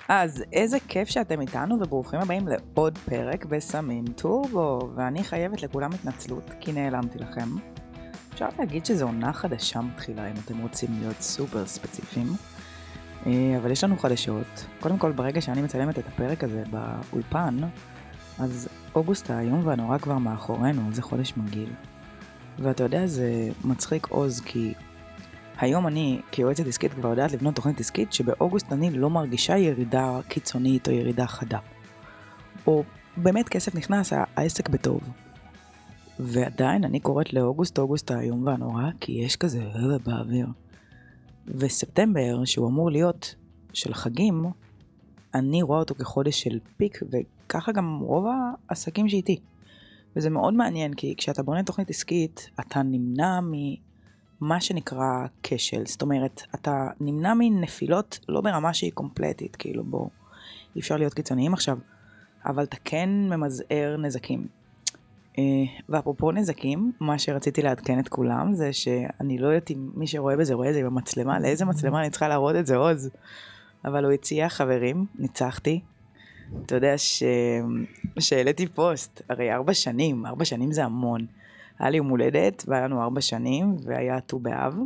אז איזה כיף שאתם איתנו וברוכים הבאים לעוד פרק בסמים טורבו, ואני חייבת לכולם התנצלות כי נעלמתי לכם. אפשר להגיד שזו עונה חדשה מתחילה אם אתם רוצים להיות סופר ספציפיים, אבל יש לנו חדשות. קודם כל, ברגע שאני מצלמת את הפרק הזה באולפן, אז אוגוסט האיום והנורא כבר מאחורינו, זה חודש מגעיל. ואתה יודע, זה מצחיק עוז כי היום אני כיועצת עסקית כבר יודעת לבנות תוכנית עסקית שבאוגוסט אני לא מרגישה ירידה קיצונית או ירידה חדה. או באמת כסף נכנס, העסק בטוב. ועדיין אני קוראת לאוגוסט האיום והנורא כי יש כזה באוויר. וספטמבר שהוא אמור להיות של חגים, אני רואה אותו כחודש של פיק וככה גם רוב העסקים שאיתי. וזה מאוד מעניין כי כשאתה בונה תוכנית עסקית אתה נמנע מה שנקרא כשל, זאת אומרת, אתה נמנע מנפילות לא ברמה שהיא קומפלטית, כאילו בוא, אי אפשר להיות קיצוניים עכשיו, אבל אתה כן ממזער נזקים. ואפרופו נזקים, מה שרציתי לעדכן את כולם זה שאני לא יודעת אם מי שרואה בזה רואה את זה עם המצלמה, לאיזה מצלמה אני צריכה להראות את זה עוז. אבל הוא הציע חברים, ניצחתי. אתה יודע שהעליתי פוסט, הרי 4 שנים זה המון. היה לי יום הולדת, והיה לנו 4 שנים, והיה ט"ו באב,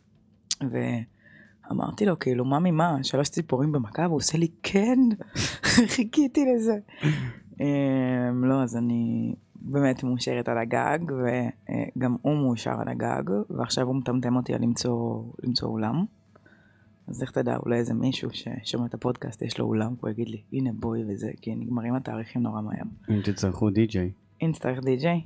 ואמרתי לו, כאילו, מה, 3 ציפורים במכה, והוא עושה לי, כן, חיכיתי לזה. לא, אז אני באמת מאושרת על הגג, וגם הוא מאושר על הגג, ועכשיו הוא מטמטם אותי על למצוא אולם. אז איך תדע, אולי איזה מישהו ששומע את הפודקאסט, יש לו אולם, הוא יגיד לי, הנה בואי וזה, כי נגמרים התאריכים נורא מהר. אם תצטרכו די-ג'יי. אם צריך די-ג'יי.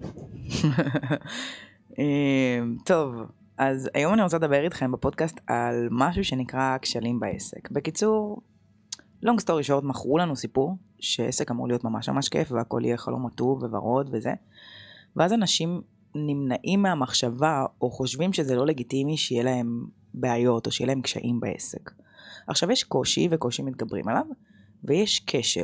טוב, אז היום אני רוצה לדבר איתכם בפודקאסט על משהו שנקרא כשלים בעסק. בקיצור, long story short, מכרו לנו סיפור שעסק אמור להיות ממש ממש כיף והכל יהיה חלום עטוב וורוד וזה. ואז אנשים נמנעים מהמחשבה או חושבים שזה לא לגיטימי שיהיה להם בעיות או שיהיה להם קשיים בעסק. עכשיו יש קושי וקושי מתגברים עליו, ויש כשל.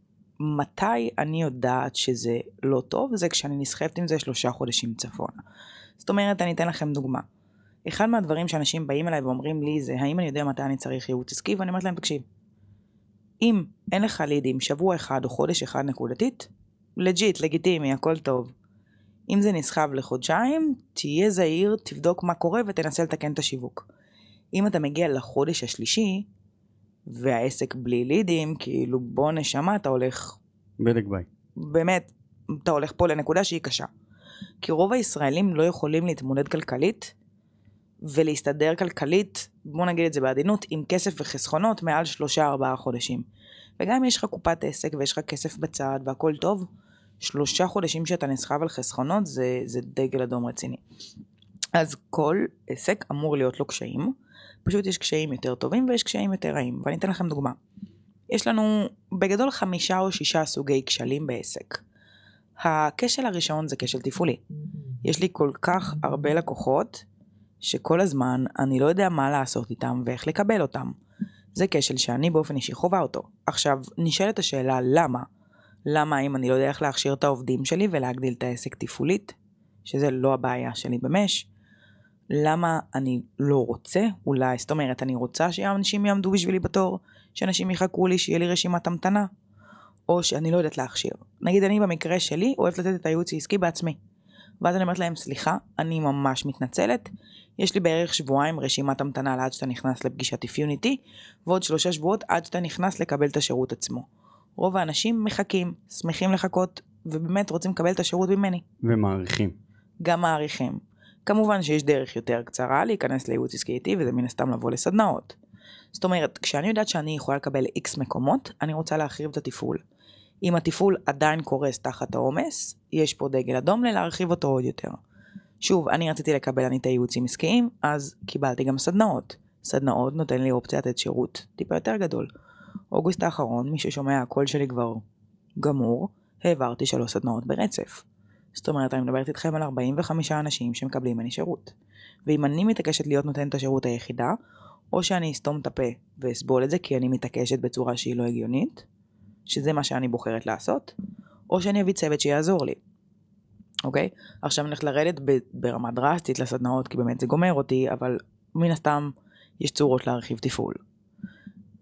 מתי אני יודעת שזה לא טוב? זה כשאני נסחפת עם זה 3 חודשים צפונה. זאת אומרת, אני אתן לכם דוגמה. אחד מהדברים שאנשים באים אליי ואומרים לי זה, האם אני יודע מתי אני צריך ייעוץ עסקי? ואני אומרת להם, תקשיב, אם אין לך לידים שבוע אחד או חודש אחד נקודתית, לג'יט, לגיטימי, הכל טוב. אם זה נסחב לחודשיים, תהיה זהיר, תבדוק מה קורה ותנסה לתקן את השיווק. אם אתה מגיע לחודש השלישי, והעסק בלי לידים, כאילו בוא נשמה, אתה הולך... בדק ביי. באמת, אתה הולך פה לנקודה שהיא קשה. כי רוב הישראלים לא יכולים להתמודד כלכלית, ולהסתדר כלכלית, בוא נגיד את זה בעדינות, עם כסף וחסכונות מעל 3-4 חודשים. וגם אם יש לך קופת עסק ויש לך כסף בצד והכל טוב, 3 חודשים שאתה נסחב על חסכונות זה דגל אדום רציני. אז כל עסק אמור להיות לו קשיים, פשוט יש קשיים יותר טובים ויש קשיים יותר רעים, ואני אתן לכם דוגמה. יש לנו בגדול 5 או 6 סוגי כשלים בעסק. הכשל הראשון זה כשל תפעולי. יש לי כל כך הרבה לקוחות, שכל הזמן אני לא יודע מה לעשות איתם ואיך לקבל אותם. זה כשל שאני באופן אישי חובה אותו. עכשיו, נשאלת השאלה למה? למה אם אני לא יודע איך להכשיר את העובדים שלי ולהגדיל את העסק תפעולית, שזה לא הבעיה שלי במש, למה אני לא רוצה? אולי, זאת אומרת, אני רוצה שאנשים יעמדו בשבילי בתור, שאנשים יחכו לי, שיהיה לי רשימת המתנה, או שאני לא יודעת להכשיר. נגיד, אני במקרה שלי אוהבת לתת את הייעוץ העסקי בעצמי. ואז אני אומרת להם, סליחה, אני ממש מתנצלת, יש לי בערך 2 שבועות רשימת המתנה עד שאתה נכנס לפגישת אפיון איתי, ועוד 3 שבועות עד שאתה נכנס לקבל את השירות עצמו. רוב האנשים מחכים, שמחים לחכות, ובאמת רוצים לקבל את השירות ממני. ומעריכים. גם מעריכים. כמובן שיש דרך יותר קצרה להיכנס לייעוץ עסקי איתי, וזה מן הסתם לבוא לסדנאות. זאת אומרת, כשאני יודעת שאני יכולה לקבל X מקומות, אני רוצה להרחיב את התפעול. אם התפעול עדיין קורס תחת העומס, יש פה דגל אדום להרחיב אותו עוד יותר. שוב, אני רציתי לקבל אני את הייעוצים עסקיים, אז קיבלתי גם סדנאות. סדנאות נותן לי אופציה לתת שירות טיפה יותר גדול. אוגוסט האחרון, מי ששומע הקול שלי כבר גמור, העברתי 3 סדנאות ברצף. זאת אומרת, אני מדברת איתכם על 45 אנשים שמקבלים ממני שירות. ואם אני מתעקשת להיות נותנת את השירות היחידה, או שאני אסתום את הפה ואסבול את זה כי אני מתעקשת בצורה שהיא לא הגיונית, שזה מה שאני בוחרת לעשות, או שאני אביא צוות שיעזור לי. אוקיי? עכשיו אני הולכת לרדת ברמה דרסטית לסדנאות, כי באמת זה גומר אותי, אבל מן הסתם יש צורות להרחיב תפעול.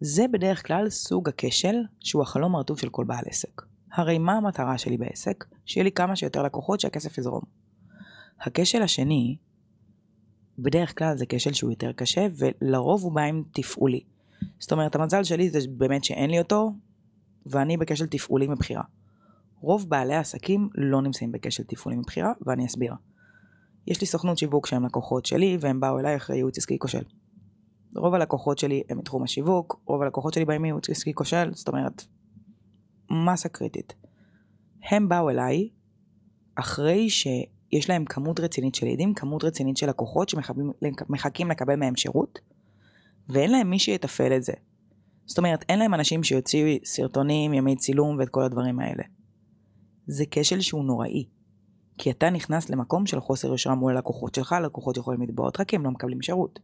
זה בדרך כלל סוג הכשל שהוא החלום הרטוב של כל בעל עסק. הרי מה המטרה שלי בעסק? שיהיה לי כמה שיותר לקוחות שהכסף יזרום. הכשל השני, בדרך כלל זה כשל שהוא יותר קשה, ולרוב הוא בא עם תפעולי. זאת אומרת, המזל שלי זה באמת שאין לי אותו, ואני בכשל תפעולי מבחירה. רוב בעלי העסקים לא נמצאים בכשל תפעולי מבחירה, ואני אסביר. יש לי סוכנות שיווק שהם לקוחות שלי, והם באו אליי אחרי ייעוץ עסקי כושל. רוב הלקוחות שלי הם מתחום השיווק, רוב הלקוחות שלי באים מייעוץ עסקי כושל, זאת אומרת, מסה קריטית. הם באו אליי אחרי שיש להם כמות רצינית של לידים, כמות רצינית של לקוחות שמחכים לקבל מהם שירות, ואין להם מי שיתפעל את זה. זאת אומרת, אין להם אנשים שיוציאו סרטונים, ימי צילום ואת כל הדברים האלה. זה כשל שהוא נוראי. כי אתה נכנס למקום של חוסר יושרה מול הלקוחות שלך, הלקוחות יכולים לתבוע אותך כי הם לא מקבלים שירות.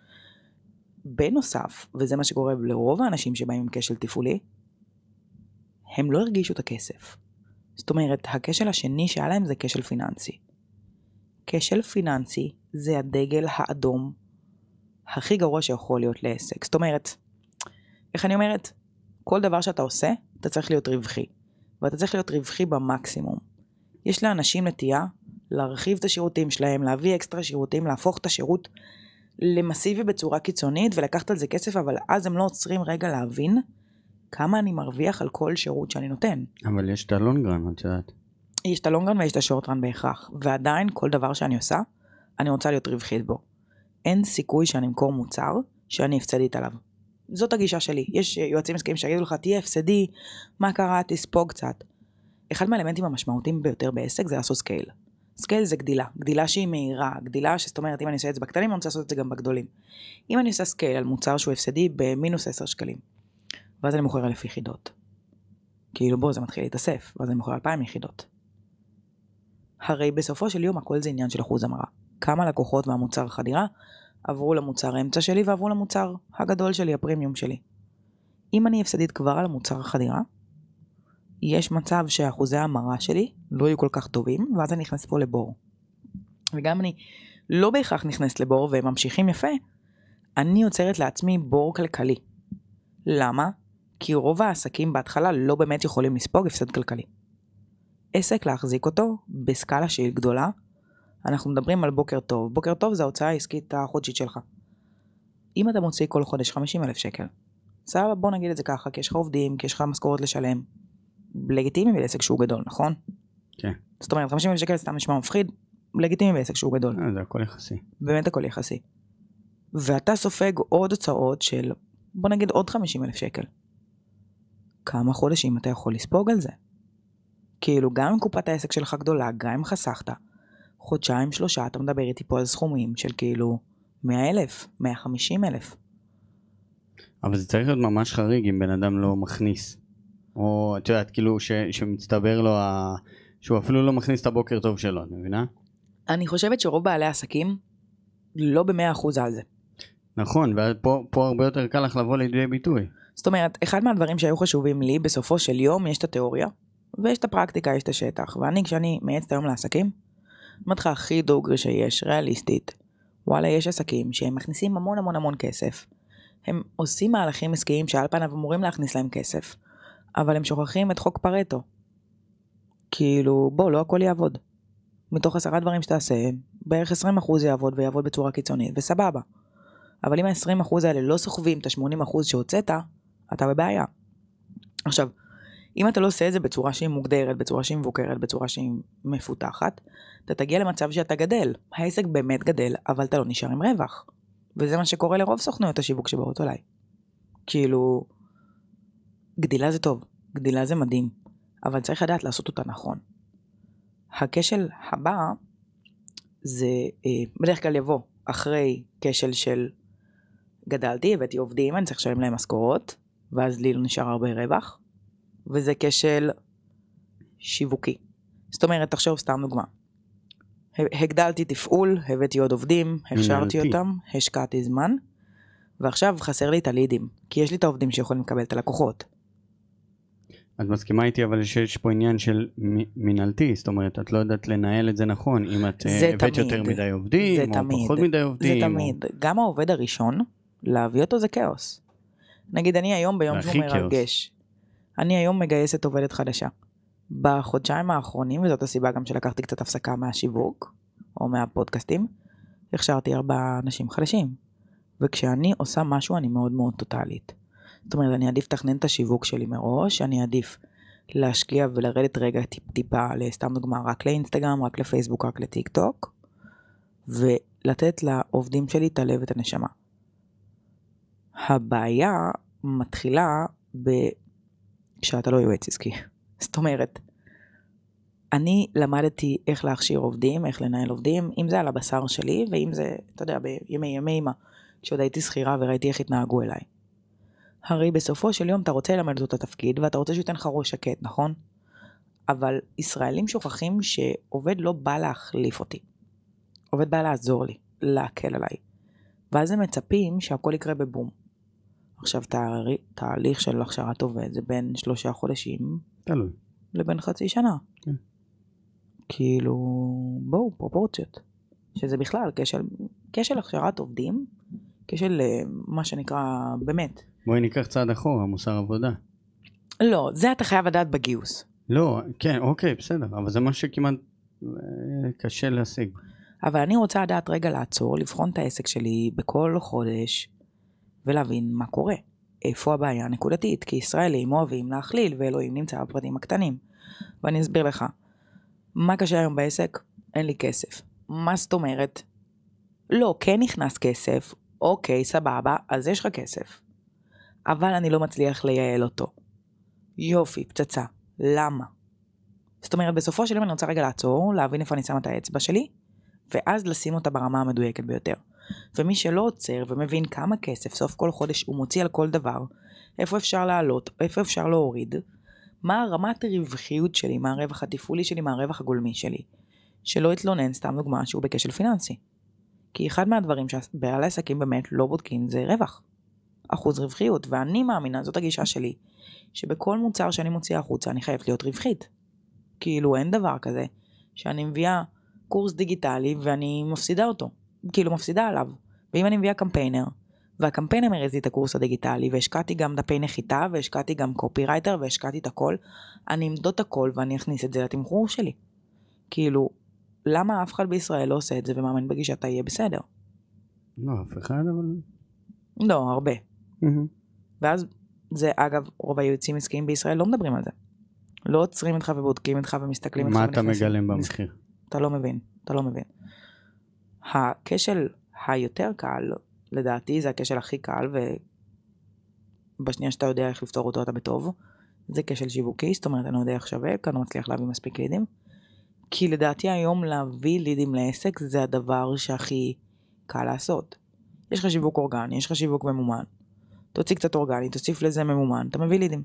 בנוסף, וזה מה שקורה לרוב האנשים שבאים עם כשל תפעולי, הם לא הרגישו את הכסף. זאת אומרת, הכשל השני שהיה להם זה כשל פיננסי. כשל פיננסי זה הדגל האדום הכי גרוע שיכול להיות לעסק. זאת אומרת, איך אני אומרת? כל דבר שאתה עושה, אתה צריך להיות רווחי. ואתה צריך להיות רווחי במקסימום. יש לאנשים נטייה להרחיב את השירותים שלהם, להביא אקסטרה שירותים, להפוך את השירות למסיבי בצורה קיצונית ולקחת על זה כסף, אבל אז הם לא עוצרים רגע להבין כמה אני מרוויח על כל שירות שאני נותן. אבל יש את הלונגרן, את יודעת. יש את הלונגרן ויש את השורטרן בהכרח, ועדיין כל דבר שאני עושה, אני רוצה להיות רווחית בו. אין סיכוי שאני אמכור מוצר שאני הפסדית עליו. זאת הגישה שלי. יש יועצים עסקיים שיגידו לך, תהיה הפסדי, מה קרה, תספוג קצת. אחד מהאלמנטים המשמעותיים ביותר בעסק זה לעשות סקייל. סקייל זה גדילה, גדילה שהיא מהירה, גדילה שזאת אומרת, אם אני עושה את זה בקטנים, אני רוצה לעשות את זה גם בגדולים. אם אני עושה סקייל על מוצר שהוא הפסדי במינוס 10 שקלים, ואז אני מוכר 1,000 יחידות. כאילו בו זה מתחיל להתאסף, ואז אני מוכר 2,000 יחידות. הרי בסופו של יום הכל זה עניין של אחוז המרה. כמה לקוחות מהמוצר חדירה עברו למוצר אמצע שלי ועברו למוצר הגדול שלי, הפרימיום שלי. אם אני הפסדית כבר על המוצר החדירה, יש מצב שאחוזי המרה שלי לא יהיו כל כך טובים, ואז אני נכנס פה לבור. וגם אני לא בהכרח נכנס לבור והם ממשיכים יפה, אני יוצרת לעצמי בור כלכלי. למה? כי רוב העסקים בהתחלה לא באמת יכולים לספוג הפסד כלכלי. עסק להחזיק אותו בסקאלה שהיא גדולה, אנחנו מדברים על בוקר טוב. בוקר טוב זה ההוצאה העסקית החודשית שלך. אם אתה מוציא כל חודש 50,000 שקל, סבבה, בוא נגיד את זה ככה, כי יש לך עובדים, כי יש לך משכורת לשלם. לגיטימי בעסק שהוא גדול, נכון? כן. זאת אומרת, 50,000 שקל סתם נשמע מפחיד, לגיטימי בעסק שהוא גדול. זה הכל יחסי. באמת הכל יחסי. ואתה סופג עוד הוצאות של, בוא נגיד עוד 50,000 שקל. כמה חודשים אתה יכול לספוג על זה? כאילו, גם אם קופת העסק שלך גדולה, גם אם חסכת, חודשיים, 3, אתה מדבר איתי פה על סכומים של כאילו 100,000, 150,000. אבל זה צריך להיות ממש חריג אם בן אדם לא מכניס. או, את יודעת, כאילו שמצטבר לו, שהוא אפילו לא מכניס את הבוקר טוב שלו, את מבינה? אני חושבת שרוב בעלי העסקים לא ב100% על זה. נכון, ופה הרבה יותר קל לך לבוא לידי ביטוי. זאת אומרת, אחד מהדברים שהיו חשובים לי, בסופו של יום יש את התיאוריה, ויש את הפרקטיקה, יש את השטח. ואני, כשאני מייעצת היום לעסקים, אמרתי לך הכי דוגרי שיש, ריאליסטית. וואלה, יש עסקים שהם מכניסים המון המון המון כסף. הם עושים מהלכים עסקיים שעל פניו אמורים להכניס להם כסף, אבל הם שוכחים את חוק פרטו. כאילו, בוא, לא הכל יעבוד. מתוך 10 דברים שתעשה, בערך 20% יעבוד ויעבוד בצורה קיצונית, וסבבה. אבל אם ה-20% האלה לא סוחבים את ה-80% שהוצאת, אתה בבעיה. עכשיו, אם אתה לא עושה את זה בצורה שהיא מוגדרת, בצורה שהיא מבוקרת, בצורה שהיא מפותחת, אתה תגיע למצב שאתה גדל. העסק באמת גדל, אבל אתה לא נשאר עם רווח. וזה מה שקורה לרוב סוכנויות השיווק שבאות אליי. כאילו, גדילה זה טוב, גדילה זה מדהים, אבל צריך לדעת לעשות אותה נכון. הכשל הבא, זה בדרך כלל יבוא אחרי כשל של גדלתי, הבאתי עובדים, אני צריך לשלם להם משכורות, ואז לי לא נשאר הרבה רווח, וזה כשל שיווקי. זאת אומרת, תחשוב סתם דוגמה. הגדלתי תפעול, הבאתי עוד עובדים, הכשרתי אותם, השקעתי זמן, ועכשיו חסר לי את הלידים, כי יש לי את העובדים שיכולים לקבל את הלקוחות. את מסכימה איתי, אבל שיש פה עניין של מנהלתי, זאת אומרת, את לא יודעת לנהל את זה נכון, אם את הבאת יותר מדי עובדים, או פחות מדי עובדים. זה תמיד. גם העובד הראשון, להביא אותו זה כאוס. נגיד אני היום ביום שהוא מרגש. אני היום מגייסת עובדת חדשה. בחודשיים האחרונים, וזאת הסיבה גם שלקחתי קצת הפסקה מהשיווק, או מהפודקאסטים, הכשרתי 4 אנשים חדשים. וכשאני עושה משהו אני מאוד מאוד טוטלית. זאת אומרת, אני עדיף תכנן את השיווק שלי מראש, אני עדיף להשקיע ולרדת רגע טיפה, סתם דוגמה, רק לאינסטגרם, רק לפייסבוק, רק לטיק טוק, ולתת לעובדים שלי את הלב ואת הנשמה. הבעיה מתחילה כשאתה לא יועץ עסקי. זאת אומרת, אני למדתי איך להכשיר עובדים, איך לנהל עובדים, אם זה על הבשר שלי, ואם זה, אתה יודע, בימי אימא, כשעוד הייתי שכירה וראיתי איך התנהגו אליי. הרי בסופו של יום אתה רוצה ללמד אותו את התפקיד, ואתה רוצה שהוא ייתן לך ראש שקט, נכון? אבל ישראלים שוכחים שעובד לא בא להחליף אותי. עובד בא לעזור לי, להקל עליי. ואז הם מצפים שהכל יקרה בבום. עכשיו, תהליך של הכשרת עובד זה בין 3 חודשים תלוי. לבין חצי שנה. כן. כאילו, בואו, פרופורציות. שזה בכלל כשל הכשרת עובדים, כשל מה שנקרא באמת. בואי ניקח צעד אחורה, מוסר עבודה. לא, זה אתה חייב לדעת בגיוס. לא, כן, אוקיי, בסדר, אבל זה משהו שכמעט קשה להשיג. אבל אני רוצה לדעת רגע לעצור, לבחון את העסק שלי בכל חודש, ולהבין מה קורה. איפה הבעיה הנקודתית, כי ישראלים אוהבים להכליל, ואלוהים נמצא בפרטים הקטנים. ואני אסביר לך, מה קשה היום בעסק? אין לי כסף. מה זאת אומרת? לא, כן נכנס כסף, אוקיי, סבבה, אז יש לך כסף. אבל אני לא מצליח לייעל אותו. יופי, פצצה. למה? זאת אומרת, בסופו של יום אני רוצה רגע לעצור, להבין איפה אני שמה את האצבע שלי, ואז לשים אותה ברמה המדויקת ביותר. ומי שלא עוצר ומבין כמה כסף סוף כל חודש הוא מוציא על כל דבר, איפה אפשר לעלות, איפה אפשר להוריד, מה הרמת הרווחיות שלי, מה הרווח התפעולי שלי, מה הרווח הגולמי שלי, שלא יתלונן, סתם דוגמה, שהוא בכשל פיננסי. כי אחד מהדברים שבעלי עסקים באמת לא בודקים זה רווח. אחוז רווחיות, ואני מאמינה, זאת הגישה שלי, שבכל מוצר שאני מוציאה החוצה אני חייבת להיות רווחית. כאילו אין דבר כזה שאני מביאה קורס דיגיטלי ואני מפסידה אותו. כאילו מפסידה עליו. ואם אני מביאה קמפיינר, והקמפיינר מרז לי את הקורס הדיגיטלי, והשקעתי גם דפי נחיתה, והשקעתי גם קופירייטר, והשקעתי את הכל, אני אמדוד את הכל ואני אכניס את זה לתמחור שלי. כאילו, למה אף אחד בישראל לא עושה את זה ומאמין בגישת יהיה בסדר? לא, אף אחד, אבל... לא, הרבה. ואז זה, אגב, רוב היועצים עסקיים בישראל לא מדברים על זה. לא עוצרים איתך ובודקים איתך ומסתכלים איתך. מה אתה מגלם במחיר? אתה לא מבין, אתה לא מבין. הכשל היותר קל, לדעתי, זה הכשל הכי קל, ובשנייה שאתה יודע איך לפתור אותו אתה בטוב, זה כשל שיווקי, זאת אומרת, אני לא יודע איך שווה, כי אני לא מצליח להביא מספיק לידים. כי לדעתי היום להביא לידים לעסק, זה הדבר שהכי קל לעשות. יש לך שיווק אורגני, יש לך שיווק ממומן. תוציא קצת אורגני, תוסיף לזה ממומן, אתה מביא לידים.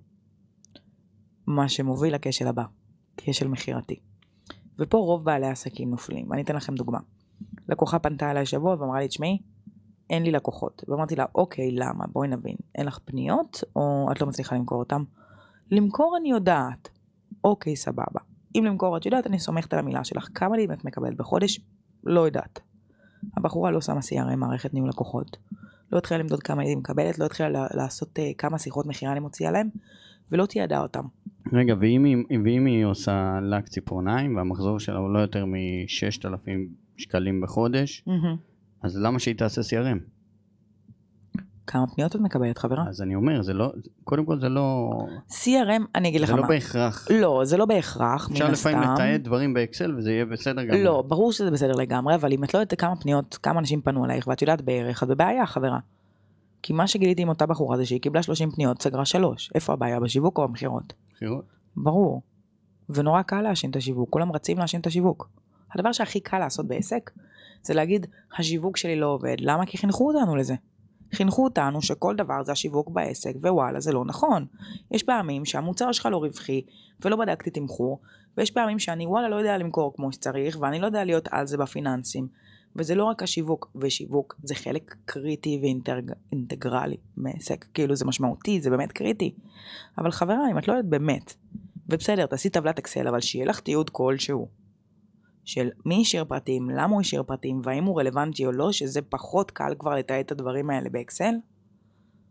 מה שמוביל לכשל הבא, כשל מחירתי. ופה רוב בעלי העסקים נופלים. אני אתן לכם דוגמה. לקוחה פנתה אליי שבוע ואמרה לי, תשמעי, אין לי לקוחות. ואמרתי לה, אוקיי, למה? בואי נבין. אין לך פניות או את לא מצליחה למכור אותם? למכור אני יודעת. אוקיי, סבבה. אם למכור את יודעת, אני סומכת על המילה שלך. כמה לידים את מקבלת בחודש? לא יודעת. הבחורה לא שמה CRM, מערכת ניהול לקוחות. לא התחילה למדוד כמה לידים מקבלת, לא התחילה לעשות כמה שיחות מחירה אני מוציאה להם, ולא תיעדה אותם. רגע, ואם היא עושה לק ציפורניים, והמחזור שלה הוא לא יותר מ-6,000 שקלים בחודש, אז למה שהיא תעשה CRM? כמה פניות את מקבלת, חברה? אז אני אומר, זה לא, קודם כל זה לא... CRM, אני אגיד לך מה. זה לא בהכרח. לא, זה לא בהכרח, מן הסתם. אפשר לפעמים לתעד דברים באקסל וזה יהיה בסדר גם. לא, ברור שזה בסדר לגמרי, אבל אם את לא יודעת כמה פניות, כמה אנשים פנו עלייך, ואת יודעת בערך, את בבעיה, חברה. כי מה שגיליתי עם אותה בחורה זה שהיא קיבלה 30 פניות, סגרה 3. איפה הבעיה? בשיווק או במחירות? בחירות. ברור. ונורא קל להאשים את השיווק, כולם רצים להאשים את השיווק. הדבר שהכי קל לעשות בעסק, זה להגיד, השיווק שלי לא עובד. למה? כי חינכו אותנו לזה. חינכו אותנו שכל דבר זה השיווק בעסק, ווואלה, זה לא נכון. יש פעמים שהמוצר שלך לא רווחי, ולא בדקתי תמחור, ויש פעמים שאני וואלה לא יודע למכור כמו שצריך, ואני לא יודע להיות על זה בפיננסים. וזה לא רק השיווק, ושיווק זה חלק קריטי ואינטגרלי מעסק, כאילו זה משמעותי, זה באמת קריטי. אבל חברה, אם את לא יודעת באמת, ובסדר, תעשי טבלת אקסל, אבל שיהיה לך תיעוד כלשהו, של מי השאיר פרטים, למה הוא השאיר פרטים, והאם הוא רלוונטי או לא, שזה פחות קל כבר לתעד את הדברים האלה באקסל,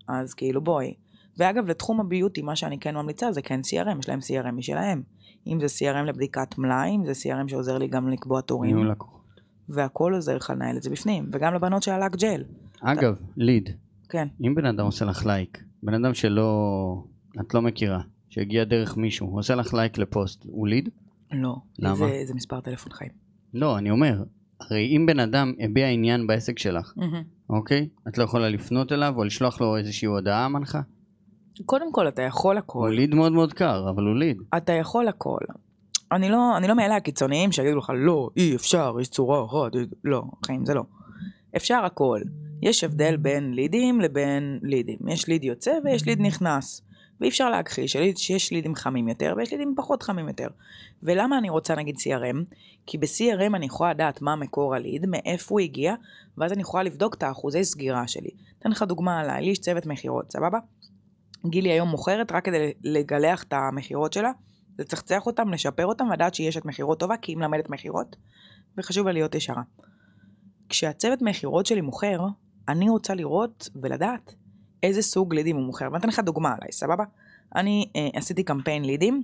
אז כאילו בואי. ואגב, לתחום הביוטי, מה שאני כן ממליצה זה כן CRM, יש להם CRM משלהם. אם זה CRM לבדיקת מלאי, אם זה CRM שעוזר לי גם לקבוע תורים. ניהול לקוחות. והכל עוזר לך לנהל את זה בפנים, וגם לבנות של הלק ג'ל. אגב, ליד. כן. אם בן אדם עושה לך לייק, בן אדם את לא מכירה, שהגיע דרך מישהו, הוא עושה לך לייק לפוסט, הוא ליד? לא. למה? זה מספר טלפון חיים. לא, אני אומר, הרי אם בן אדם הביע עניין בעסק שלך, אוקיי? את לא יכולה לפנות אליו או לשלוח לו איזושהי הודעה מנחה? קודם כל, אתה יכול הכל. הוא ליד מאוד מאוד קר, אבל הוא ליד. אתה יכול הכל. אני לא מאלה הקיצוניים שיגידו לך, לא, אי אפשר, יש צורה אחת, לא, חיים, זה לא. אפשר הכל. יש הבדל בין לידים לבין לידים. יש ליד יוצא ויש ליד נכנס. ואי אפשר להכחיש שיש לידים חמים יותר ויש לידים פחות חמים יותר. ולמה אני רוצה נגיד CRM? כי ב-CRM אני יכולה לדעת מה מקור הליד, מאיפה הוא הגיע, ואז אני יכולה לבדוק את האחוזי סגירה שלי. אתן לך דוגמה עליי, לי יש צוות מחירות, סבבה? גילי היום מוכרת רק כדי לגלח את המחירות שלה, לצחצח אותם, לשפר אותם, לדעת שיש את מחירות טובה, כי היא מלמדת מחירות, וחשוב לה להיות ישרה. כשהצוות מחירות שלי מוכר, אני רוצה לראות ולדעת איזה סוג לידים הוא מוכר. ואני אתן לך דוגמה עליי, סבבה? אני עשיתי קמפיין לידים,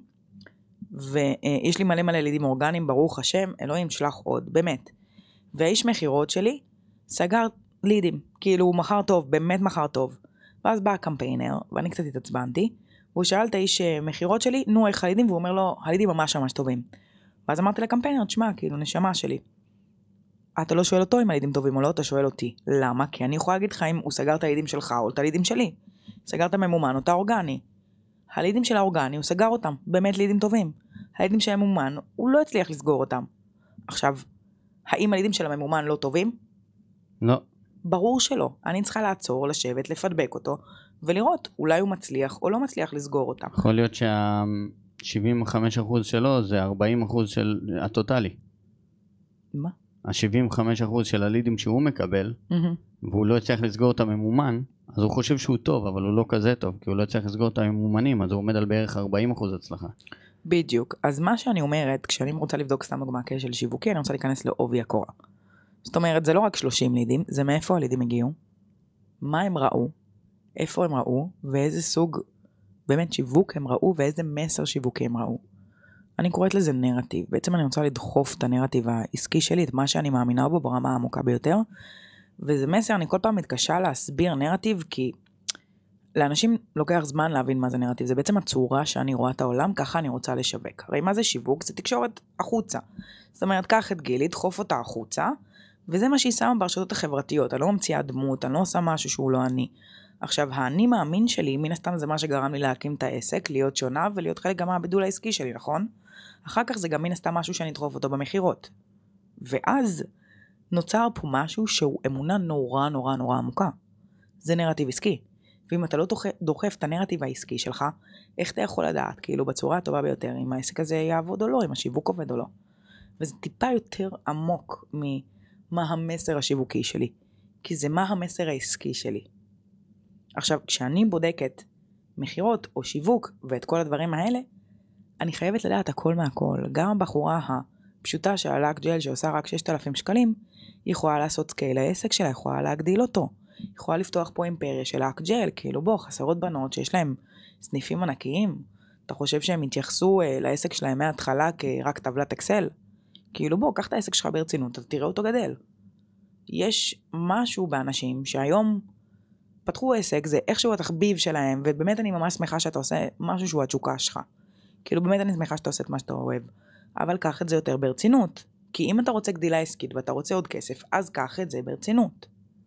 ויש לי מלא לידים אורגניים, ברוך השם, אלוהים שלח עוד, באמת. והאיש מחירות שלי סגר לידים, כאילו הוא מחר טוב, באמת מחר טוב. ואז בא הקמפיינר, ואני קצת התעצבנתי, והוא שאל את האיש מחירות שלי, נו, איך הלידים? והוא אומר לו, הלידים ממש טובים. ואז אמרתי לקמפיינר, תשמע, כאילו, נשמה שלי. אתה לא שואל אותו אם הלידים טובים או לא, אתה שואל אותי. למה? כי אני יכולה להגיד לך אם הוא סגר את הלידים שלך או את הלידים שלי. סגר את הממומן או את האורגני. הלידים של האורגני, הוא סגר אותם. באמת לידים טובים. הלידים של הממומן, הוא לא הצליח לסגור אותם. עכשיו, האם הלידים של הממומן לא טובים? לא. ברור שלא. אני צריכה לעצור, לשבת, לפדבק אותו, ולראות אולי הוא מצליח או לא מצליח לסגור אותם. יכול להיות שה-75% שלו זה 40% של הטוטלי. מה? ה-75% של הלידים שהוא מקבל, והוא לא יצליח לסגור את הממומן, אז הוא חושב שהוא טוב, אבל הוא לא כזה טוב, כי הוא לא יצליח לסגור את הממומנים, אז הוא עומד על בערך 40% הצלחה. בדיוק. אז מה שאני אומרת, כשאני רוצה לבדוק סתם דוגמה כשל שיווקי, אני רוצה להיכנס לעובי הקורה. זאת אומרת, זה לא רק 30 לידים, זה מאיפה הלידים הגיעו, מה הם ראו, איפה הם ראו, ואיזה סוג באמת שיווק הם ראו, ואיזה מסר שיווקי הם ראו. אני קוראת לזה נרטיב. בעצם אני רוצה לדחוף את הנרטיב העסקי שלי, את מה שאני מאמינה בו ברמה העמוקה ביותר. וזה מסר, אני כל פעם מתקשה להסביר נרטיב, כי לאנשים לוקח זמן להבין מה זה נרטיב. זה בעצם הצורה שאני רואה את העולם, ככה אני רוצה לשווק. הרי מה זה שיווק? זה תקשורת החוצה. זאת אומרת, קח את גילי, דחוף אותה החוצה, וזה מה שהיא שמה ברשתות החברתיות. אני לא ממציאה דמות, אני לא עושה משהו שהוא לא אני. עכשיו, האני מאמין שלי, מן הסתם זה מה שגרם לי להקים את העסק, להיות שונה ולהיות חלק גם מהבידול העסקי שלי, נכון? אחר כך זה גם מן הסתם משהו שאני אדחוף אותו במחירות. ואז נוצר פה משהו שהוא אמונה נורא עמוקה. זה נרטיב עסקי. ואם אתה לא דוחף את הנרטיב העסקי שלך, איך אתה יכול לדעת, כאילו בצורה הטובה ביותר, אם העסק הזה יעבוד או לא, אם השיווק עובד או לא. וזה טיפה יותר עמוק ממה המסר השיווקי שלי. כי זה מה המסר העסקי שלי. עכשיו, כשאני בודקת מחירות או שיווק ואת כל הדברים האלה, אני חייבת לדעת הכל מהכל. גם הבחורה הפשוטה של הלק ג'ל שעושה רק 6,000 שקלים, היא יכולה לעשות סקייל לעסק שלה, יכולה להגדיל אותו. היא יכולה לפתוח פה אימפריה של הלק ג'ל, כאילו בוא, חסרות בנות שיש להם סניפים ענקיים. אתה חושב שהם יתייחסו לעסק שלהם מההתחלה כרק טבלת אקסל? כאילו בוא, קח את העסק שלך ברצינות, אתה תראה אותו גדל. יש משהו באנשים שהיום פתחו עסק, זה איכשהו התחביב שלהם, ובאמת אני ממש שמחה שאתה עושה משהו שהוא התשוקה שלך. כאילו באמת אני שמחה שאתה עושה את מה שאתה אוהב. אבל קח את זה יותר ברצינות. כי אם אתה רוצה גדילה עסקית ואתה רוצה עוד כסף, אז קח את זה ברצינות.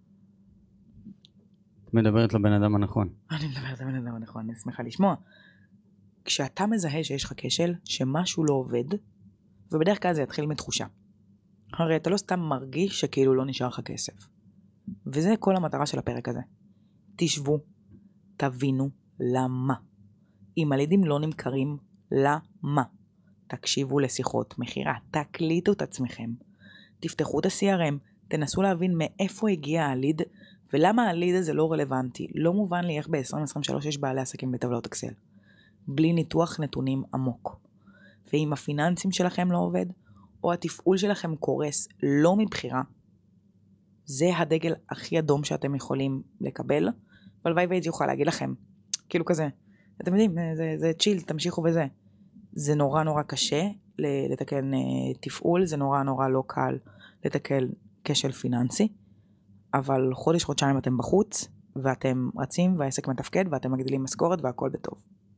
מדברת לבן אדם הנכון. אני מדברת לבן אדם הנכון, אני שמחה לשמוע. כשאתה מזהה שיש לך כשל, שמשהו לא עובד, ובדרך כלל זה יתחיל מתחושה. הרי אתה לא סתם מרגיש שכאילו לא נשאר לך כסף. וזה כל המטרה של הפרק הזה. תשבו, תבינו למה. אם הלידים לא נמכרים, למה? תקשיבו לשיחות מחירה, תקליטו את עצמכם, תפתחו את ה-CRM, תנסו להבין מאיפה הגיע הליד, ולמה הליד הזה לא רלוונטי. לא מובן לי איך ב-2023 יש בעלי עסקים בטבלאות אקסל. בלי ניתוח נתונים עמוק. ואם הפיננסים שלכם לא עובד, או התפעול שלכם קורס לא מבחירה, זה הדגל הכי אדום שאתם יכולים לקבל, והלוואי והייתי יכולה להגיד לכם, כאילו כזה, אתם יודעים, זה צ'יל, תמשיכו וזה. זה נורא נורא קשה לתקן תפעול, זה נורא נורא לא קל לתקן כשל פיננסי, אבל חודש-חודשיים אתם בחוץ, ואתם רצים, והעסק מתפקד, ואתם מגדילים משכורת, והכל בטוב.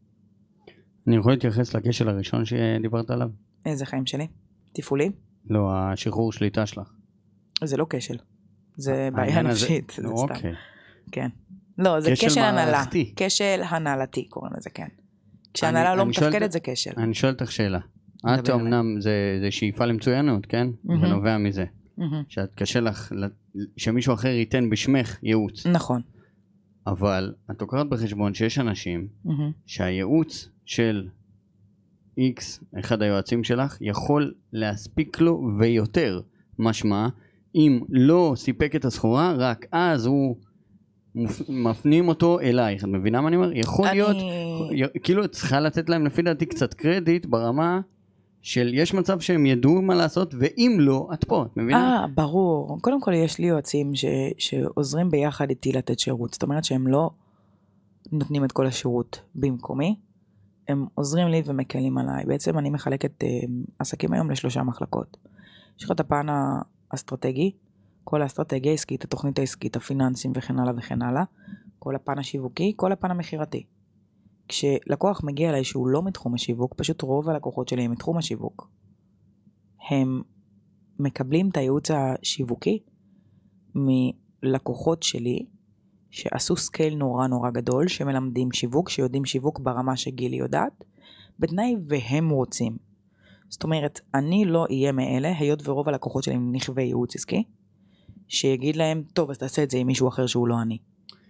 אני יכול להתייחס לכשל הראשון שדיברת עליו? איזה חיים שלי? תפעולי? לא, השחרור שליטה שלך. זה לא כשל. זה בעיה נפשית. זה אוקיי. כן. לא, זה כשל הנהלה. מערכתי. כשל הנהלתי, קוראים לזה, כן. כשהנהלה לא מתפקדת זה כשל. אני שואל אותך שאלה. את אמנם זה שאיפה למצוינות, כן? זה נובע מזה. שאת קשה לך, שמישהו אחר ייתן בשמך ייעוץ. נכון. אבל את לוקחת בחשבון שיש אנשים שהייעוץ של X, אחד היועצים שלך, יכול להספיק לו ויותר. משמע, אם לא סיפק את הסחורה, רק אז הוא מפנים אותו אלייך. את מבינה מה אני אומר? יכול להיות, כאילו צריכה לתת להם לפי דעתי קצת קרדיט ברמה של יש מצב שהם ידעו מה לעשות, ואם לא, את פה, את מבינה? ברור. קודם כל יש לי יועצים שעוזרים ביחד איתי לתת שירות. זאת אומרת שהם לא נותנים את כל השירות במקומי, הם עוזרים לי ומקלים עליי. בעצם אני מחלקת עסקים היום ל3 מחלקות. יש לך את הפן האסטרטגי, כל האסטרטגיה העסקית, התוכנית העסקית, הפיננסים וכן הלאה וכן הלאה, כל הפן השיווקי, כל הפן המחירתי. כשלקוח מגיע אליי שהוא לא מתחום השיווק, פשוט רוב הלקוחות שלי הם מתחום השיווק. הם מקבלים את הייעוץ השיווקי מלקוחות שלי, שעשו סקייל נורא נורא גדול, שמלמדים שיווק, שיודעים שיווק ברמה שגילי יודעת, בתנאי והם רוצים. זאת אומרת, אני לא אהיה מאלה, היות ורוב הלקוחות שלי הם נכווי ייעוץ עסקי, שיגיד להם, טוב, אז תעשה את זה עם מישהו אחר שהוא לא אני.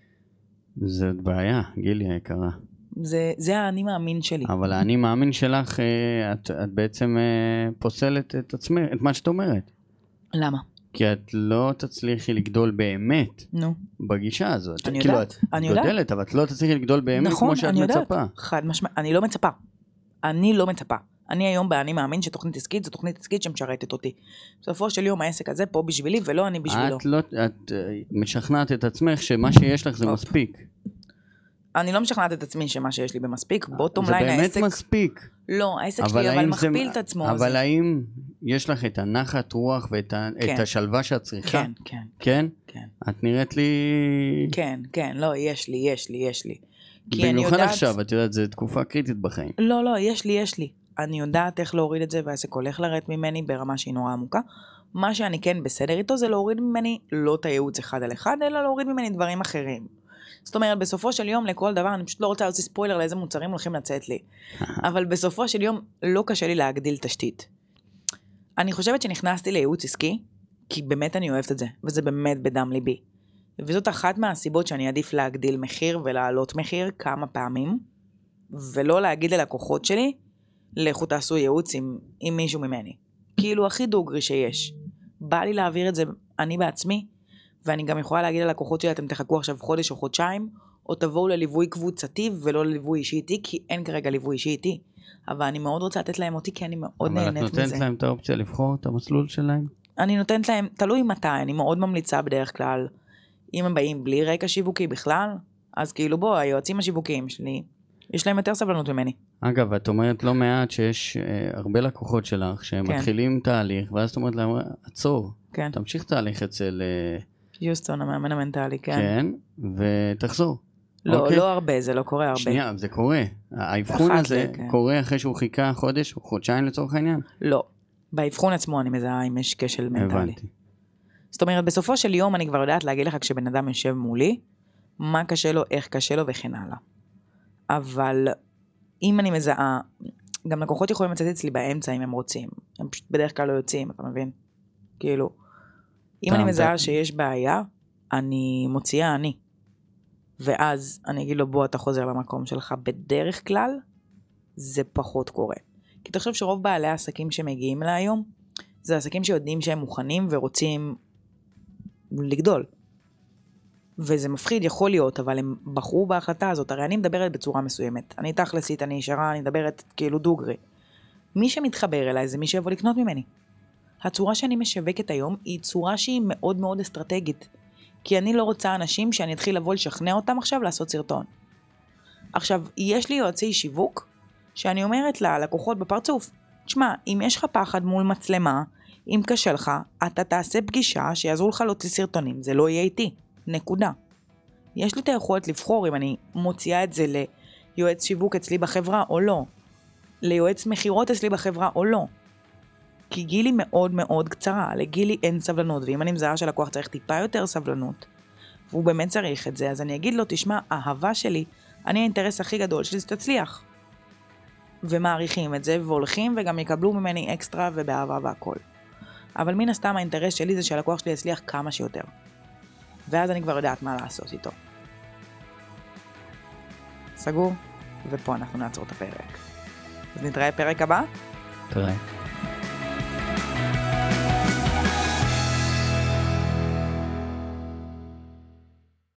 זאת בעיה, גילי היקרה. זה האני מאמין שלי. אבל האני מאמין שלך, את בעצם פוסלת את עצמך, את מה שאת אומרת. למה? כי את לא תצליחי לגדול באמת בגישה הזאת. אני יודעת. את גודלת, אבל את לא תצליחי לגדול באמת כמו שאת מצפה. חד משמעית, אני לא מצפה. אני היום באני מאמין שתוכנית עסקית זו תוכנית עסקית שמשרתת אותי. בסופו של יום העסק הזה פה בשבילי ולא אני בשבילו. את משכנעת את עצמך שמה שיש לך זה מספיק. אני לא משכנעת את עצמי שמה שיש לי במספיק, בוטום ליין העסק... זה באמת מספיק. לא, העסק שלי אבל מכפיל את עצמו. אבל האם יש לך את הנחת רוח ואת השלווה שאת צריכה? כן, כן. כן? כן. את נראית לי... כן, כן, לא, יש לי. במיוחד עכשיו, את יודעת, זו תקופה קריטית בחיים. לא, יש לי. אני יודעת איך להוריד את זה, והעסק הולך לרדת ממני ברמה שהיא נורא עמוקה. מה שאני כן בסדר איתו זה להוריד ממני לא את הייעוץ 1 על 1, אלא להוריד ממני דברים אחרים. זאת אומרת, בסופו של יום לכל דבר, אני פשוט לא רוצה להוציא ספוילר לאיזה מוצרים הולכים לצאת לי. אבל בסופו של יום לא קשה לי להגדיל תשתית. אני חושבת שנכנסתי לייעוץ עסקי, כי באמת אני אוהבת את זה, וזה באמת בדם ליבי. וזאת אחת מהסיבות שאני עדיף להגדיל מחיר ולהעלות מחיר כמה פעמים, ולא להגיד ללקוחות שלי, לכו תעשו ייעוץ עם מישהו ממני. כאילו הכי דוגרי שיש. בא לי להעביר את זה אני בעצמי, ואני גם יכולה להגיד ללקוחות שלי, אתם תחכו עכשיו חודש או חודשיים, או תבואו לליווי קבוצתי ולא לליווי אישי איתי, כי אין כרגע ליווי אישי איתי. אבל אני מאוד רוצה לתת להם אותי, כי אני מאוד נהנית מזה. אבל את נותנת להם את האופציה לבחור את המסלול שלהם? אני נותנת להם, תלוי מתי, אני מאוד ממליצה בדרך כלל, אם הם באים בלי רקע שיווקי בכלל, אז כאילו בוא, היועצים השיווקיים שלי, יש להם יותר סבלנות ממני. אגב, את אומרת לא מעט שיש הרבה לקוחות שלך, שהם מתחילים תהליך, ואז את אומרת להם, עצור, תמשיך תהליך אצל... יוסטון, המאמן המנטלי, כן. כן, ותחזור. לא, לא הרבה, זה לא קורה הרבה. שנייה, זה קורה. האבחון הזה קורה אחרי שהוא חיכה חודש או חודשיים לצורך העניין? לא. באבחון עצמו אני מזהה אם יש כשל מנטלי. הבנתי. זאת אומרת, בסופו של יום אני כבר יודעת להגיד לך כשבן אדם יושב מולי, מה קשה לו, איך קשה לו וכן הלאה. אבל אם אני מזהה, גם לקוחות יכולים לצאת אצלי באמצע אם הם רוצים. הם פשוט בדרך כלל לא יוצאים, אתה מבין? כאילו, אם אני מזהה שיש בעיה, אני מוציאה אני. ואז אני אגיד לו, בוא אתה חוזר למקום שלך. בדרך כלל, זה פחות קורה. כי תחשוב שרוב בעלי העסקים שמגיעים אליי היום, זה עסקים שיודעים שהם מוכנים ורוצים לגדול. וזה מפחיד, יכול להיות, אבל הם בחרו בהחלטה הזאת. הרי אני מדברת בצורה מסוימת. אני תכלסית, אני ישרה, אני מדברת כאילו דוגרי. מי שמתחבר אליי זה מי שיבוא לקנות ממני. הצורה שאני משווקת היום היא צורה שהיא מאוד מאוד אסטרטגית. כי אני לא רוצה אנשים שאני אתחיל לבוא לשכנע אותם עכשיו לעשות סרטון. עכשיו, יש לי יועצי שיווק, שאני אומרת ללקוחות בפרצוף, תשמע, אם יש לך פחד מול מצלמה, אם קשה לך, אתה תעשה פגישה שיעזרו לך להוציא סרטונים, זה לא יהיה איתי, נקודה. יש לי את היכולת לבחור אם אני מוציאה את זה ליועץ שיווק אצלי בחברה או לא, ליועץ מחירות אצלי בחברה או לא. כי גילי מאוד מאוד קצרה, לגילי אין סבלנות, ואם אני מזהה שלקוח צריך טיפה יותר סבלנות, והוא באמת צריך את זה, אז אני אגיד לו, תשמע, האהבה שלי, אני האינטרס הכי גדול שלי, זה תצליח. ומעריכים את זה, והולכים, וגם יקבלו ממני אקסטרה ובאהבה והכל. אבל מן הסתם האינטרס שלי זה שהלקוח שלי יצליח כמה שיותר. ואז אני כבר יודעת מה לעשות איתו. סגור? ופה אנחנו נעצור את הפרק. אז נתראה פרק הבא? תראה.